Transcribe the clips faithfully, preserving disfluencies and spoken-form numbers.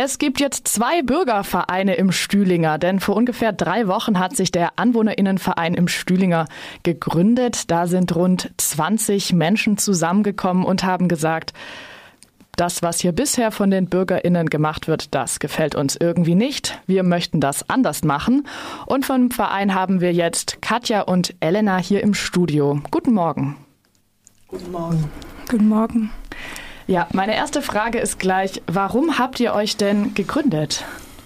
Es gibt jetzt zwei Bürgervereine im Stühlinger, denn vor ungefähr drei Wochen hat sich der AnwohnerInnenverein im Stühlinger gegründet. Da sind rund zwanzig Menschen zusammengekommen und haben gesagt, das, was hier bisher von den BürgerInnen gemacht wird, das gefällt uns irgendwie nicht. Wir möchten das anders machen. Und vom Verein haben wir jetzt Katja und Elena hier im Studio. Guten Morgen. Guten Morgen. Guten Morgen. Ja, meine erste Frage ist gleich, warum habt ihr euch denn gegründet?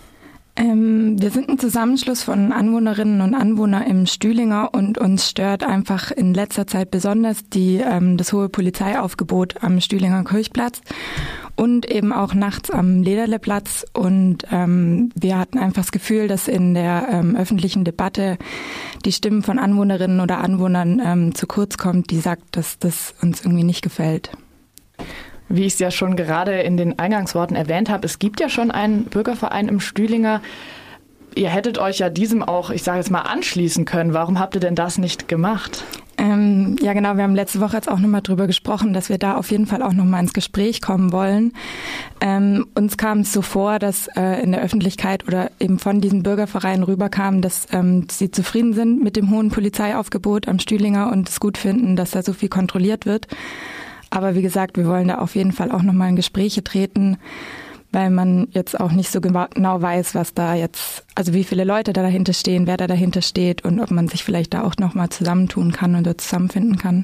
Ähm, wir sind ein Zusammenschluss von Anwohnerinnen und Anwohnern im Stühlinger und uns stört einfach in letzter Zeit besonders die, ähm, das hohe Polizeiaufgebot am Stühlinger Kirchplatz und eben auch nachts am Lederleplatz. Und ähm, wir hatten einfach das Gefühl, dass in der ähm, öffentlichen Debatte die Stimmen von Anwohnerinnen oder Anwohnern ähm, zu kurz kommt, die sagt, dass das uns irgendwie nicht gefällt. Wie ich es ja schon gerade in den Eingangsworten erwähnt habe, es gibt ja schon einen Bürgerverein im Stühlinger. Ihr hättet euch ja diesem auch, ich sage jetzt mal, anschließen können. Warum habt ihr denn das nicht gemacht? Ähm, ja genau, wir haben letzte Woche jetzt auch nochmal drüber gesprochen, dass wir da auf jeden Fall auch nochmal ins Gespräch kommen wollen. Ähm, uns kam es so vor, dass äh, in der Öffentlichkeit oder eben von diesen Bürgervereinen rüberkam, dass ähm, sie zufrieden sind mit dem hohen Polizeiaufgebot am Stühlinger und es gut finden, dass da so viel kontrolliert wird. Aber wie gesagt, wir wollen da auf jeden Fall auch nochmal in Gespräche treten, weil man jetzt auch nicht so genau weiß, was da jetzt, also wie viele Leute da dahinter stehen, wer da dahinter steht und ob man sich vielleicht da auch nochmal zusammentun kann oder zusammenfinden kann.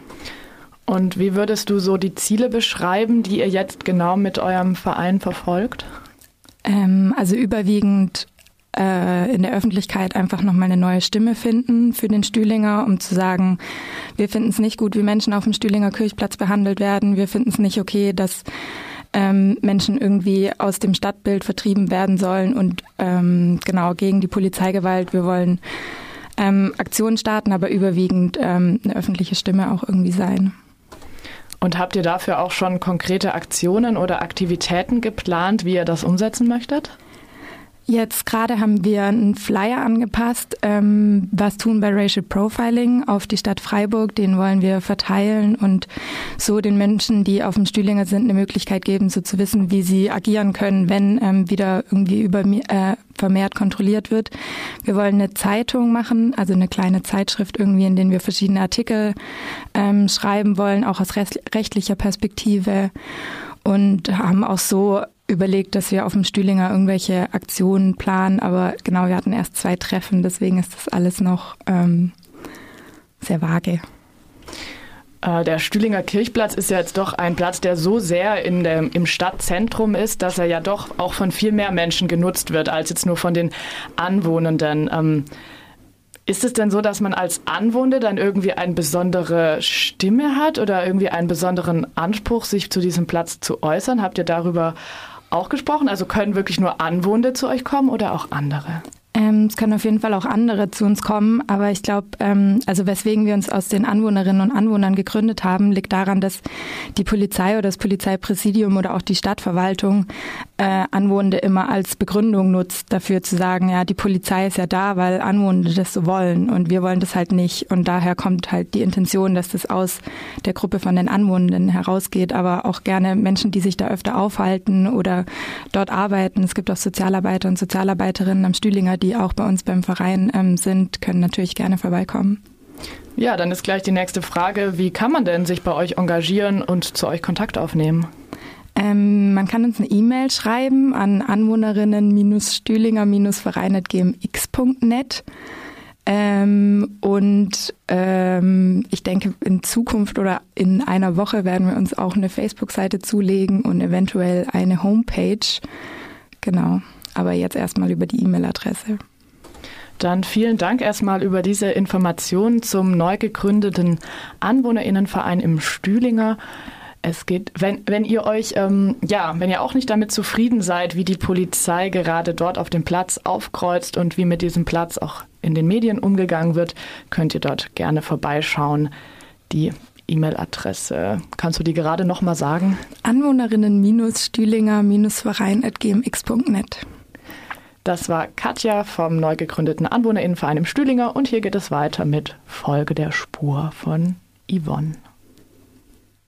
Und wie würdest du so die Ziele beschreiben, die ihr jetzt genau mit eurem Verein verfolgt? Ähm, also überwiegend in der Öffentlichkeit einfach nochmal eine neue Stimme finden für den Stühlinger, um zu sagen, wir finden es nicht gut, wie Menschen auf dem Stühlinger Kirchplatz behandelt werden. Wir finden es nicht okay, dass ähm, Menschen irgendwie aus dem Stadtbild vertrieben werden sollen und ähm, genau gegen die Polizeigewalt. Wir wollen ähm, Aktionen starten, aber überwiegend ähm, eine öffentliche Stimme auch irgendwie sein. Und habt ihr dafür auch schon konkrete Aktionen oder Aktivitäten geplant, wie ihr das umsetzen möchtet? Jetzt gerade haben wir einen Flyer angepasst, ähm, was tun bei Racial Profiling auf die Stadt Freiburg. Den wollen wir verteilen und so den Menschen, die auf dem Stühlinger sind, eine Möglichkeit geben, so zu wissen, wie sie agieren können, wenn ähm, wieder irgendwie über äh, vermehrt kontrolliert wird. Wir wollen eine Zeitung machen, also eine kleine Zeitschrift irgendwie, in der wir verschiedene Artikel ähm, schreiben wollen, auch aus rechtlicher Perspektive, und haben auch so überlegt, dass wir auf dem Stühlinger irgendwelche Aktionen planen, aber genau, wir hatten erst zwei Treffen, deswegen ist das alles noch ähm, sehr vage. Der Stühlinger Kirchplatz ist ja jetzt doch ein Platz, der so sehr in dem, im Stadtzentrum ist, dass er ja doch auch von viel mehr Menschen genutzt wird, als jetzt nur von den Anwohnenden. Ähm, ist es denn so, dass man als Anwohner dann irgendwie eine besondere Stimme hat oder irgendwie einen besonderen Anspruch, sich zu diesem Platz zu äußern? Habt ihr darüber auch gesprochen? Also können wirklich nur Anwohner zu euch kommen oder auch andere? Ähm, es können auf jeden Fall auch andere zu uns kommen, aber ich glaube, ähm, also weswegen wir uns aus den Anwohnerinnen und Anwohnern gegründet haben, liegt daran, dass die Polizei oder das Polizeipräsidium oder auch die Stadtverwaltung äh, Anwohner immer als Begründung nutzt, dafür zu sagen, ja, die Polizei ist ja da, weil Anwohner das so wollen und wir wollen das halt nicht, und daher kommt halt die Intention, dass das aus der Gruppe von den Anwohnenden herausgeht, aber auch gerne Menschen, die sich da öfter aufhalten oder dort arbeiten. Es gibt auch Sozialarbeiter und Sozialarbeiterinnen am Stühlinger, die auch bei uns beim Verein ähm, sind, können natürlich gerne vorbeikommen. Ja, dann ist gleich die nächste Frage, wie kann man denn sich bei euch engagieren und zu euch Kontakt aufnehmen? Ähm, man kann uns eine E-Mail schreiben an anwohnerinnen-stühlinger-verein at g m x punkt net. Ähm, und ähm, ich denke, in Zukunft oder in einer Woche werden wir uns auch eine Facebook-Seite zulegen und eventuell eine Homepage. Genau. Aber jetzt erstmal über die E-Mail-Adresse. Dann vielen Dank erstmal über diese Informationen zum neu gegründeten AnwohnerInnenverein im Stühlinger. Es geht, wenn, wenn ihr euch, ähm, ja, wenn ihr auch nicht damit zufrieden seid, wie die Polizei gerade dort auf dem Platz aufkreuzt und wie mit diesem Platz auch in den Medien umgegangen wird, könnt ihr dort gerne vorbeischauen. Die E-Mail-Adresse, kannst du die gerade nochmal sagen? Anwohnerinnen-stühlinger-verein at g m x punkt net. Das war Katja vom neu gegründeten AnwohnerInnenverein im Stühlinger und hier geht es weiter mit Folge der Spur von Yvonne.